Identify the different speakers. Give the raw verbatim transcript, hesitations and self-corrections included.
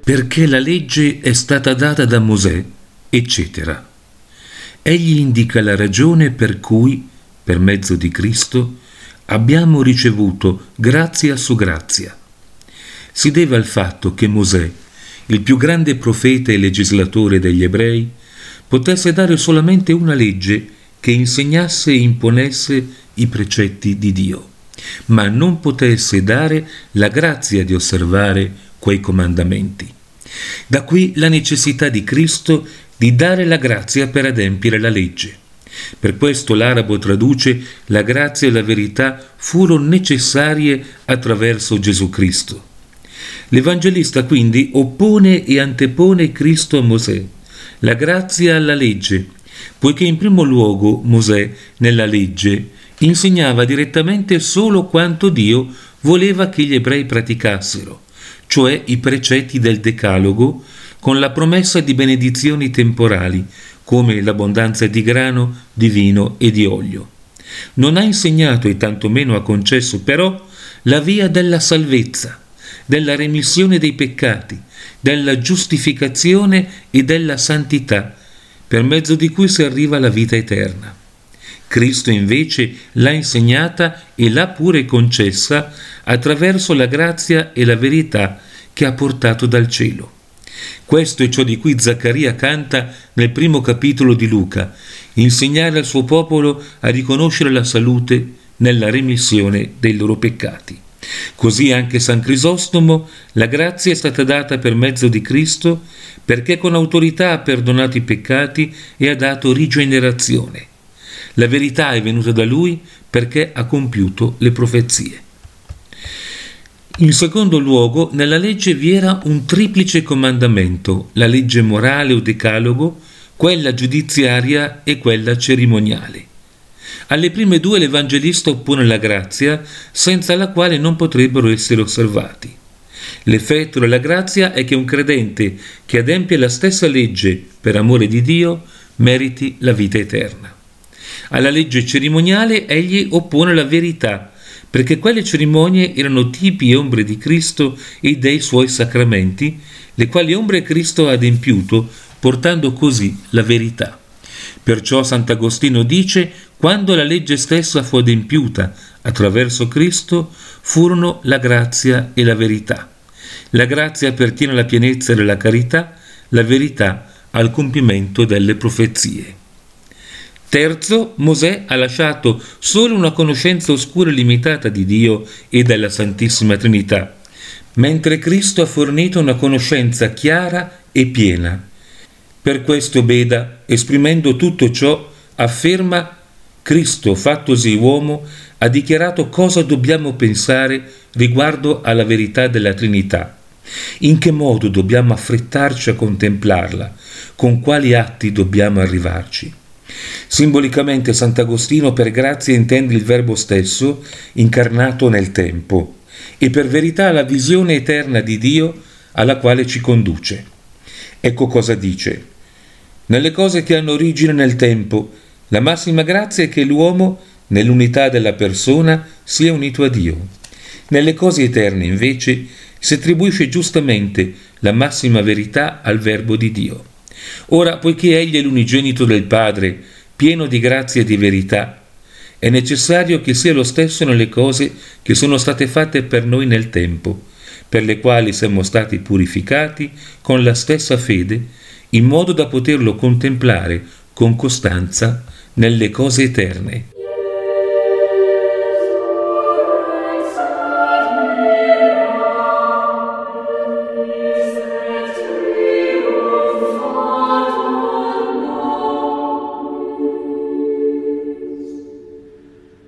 Speaker 1: perché la legge è stata data da Mosè, eccetera. Egli indica la ragione per cui, per mezzo di Cristo, abbiamo ricevuto grazia su grazia. Si deve al fatto che Mosè, il più grande profeta e legislatore degli ebrei, potesse dare solamente una legge che insegnasse e imponesse i precetti di Dio, ma non potesse dare la grazia di osservare quei comandamenti. Da qui la necessità di Cristo di dare la grazia per adempiere la legge. Per questo l'arabo traduce: la grazia e la verità furono necessarie attraverso Gesù Cristo. L'Evangelista quindi oppone e antepone Cristo a Mosè, la grazia alla legge, poiché in primo luogo Mosè, nella legge, insegnava direttamente solo quanto Dio voleva che gli ebrei praticassero, cioè i precetti del Decalogo, con la promessa di benedizioni temporali, come l'abbondanza di grano, di vino e di olio. Non ha insegnato e tantomeno ha concesso però la via della salvezza, della remissione dei peccati, della giustificazione e della santità, per mezzo di cui si arriva alla vita eterna. Cristo invece l'ha insegnata e l'ha pure concessa attraverso la grazia e la verità che ha portato dal cielo. Questo è ciò di cui Zaccaria canta nel primo capitolo di Luca: insegnare al suo popolo a riconoscere la salute nella remissione dei loro peccati. Così anche San Crisostomo: la grazia è stata data per mezzo di Cristo, perché con autorità ha perdonato i peccati e ha dato rigenerazione. La verità è venuta da lui perché ha compiuto le profezie. In secondo luogo, nella legge vi era un triplice comandamento: la legge morale o decalogo, quella giudiziaria e quella cerimoniale. Alle prime due l'Evangelista oppone la grazia, senza la quale non potrebbero essere osservati. L'effetto della grazia è che un credente che adempie la stessa legge per amore di Dio meriti la vita eterna. Alla legge cerimoniale egli oppone la verità, perché quelle cerimonie erano tipi e ombre di Cristo e dei suoi sacramenti, le quali ombre Cristo ha adempiuto, portando così la verità. Perciò Sant'Agostino dice: quando la legge stessa fu adempiuta attraverso Cristo, furono la grazia e la verità. La grazia appartiene alla pienezza della carità, la verità al compimento delle profezie. Terzo, Mosè ha lasciato solo una conoscenza oscura e limitata di Dio e della Santissima Trinità, mentre Cristo ha fornito una conoscenza chiara e piena. Per questo Beda, esprimendo tutto ciò, afferma: Cristo, fattosi uomo, ha dichiarato cosa dobbiamo pensare riguardo alla verità della Trinità. In che modo dobbiamo affrettarci a contemplarla? Con quali atti dobbiamo arrivarci? Simbolicamente Sant'Agostino per grazia intende il Verbo stesso incarnato nel tempo e per verità la visione eterna di Dio alla quale ci conduce. Ecco cosa dice: nelle cose che hanno origine nel tempo, la massima grazia è che l'uomo, nell'unità della persona, sia unito a Dio. Nelle cose eterne, invece, si attribuisce giustamente la massima verità al Verbo di Dio. Ora, poiché egli è l'unigenito del Padre, pieno di grazia e di verità, è necessario che sia lo stesso nelle cose che sono state fatte per noi nel tempo, per le quali siamo stati purificati con la stessa fede, in modo da poterlo contemplare con costanza nelle cose eterne.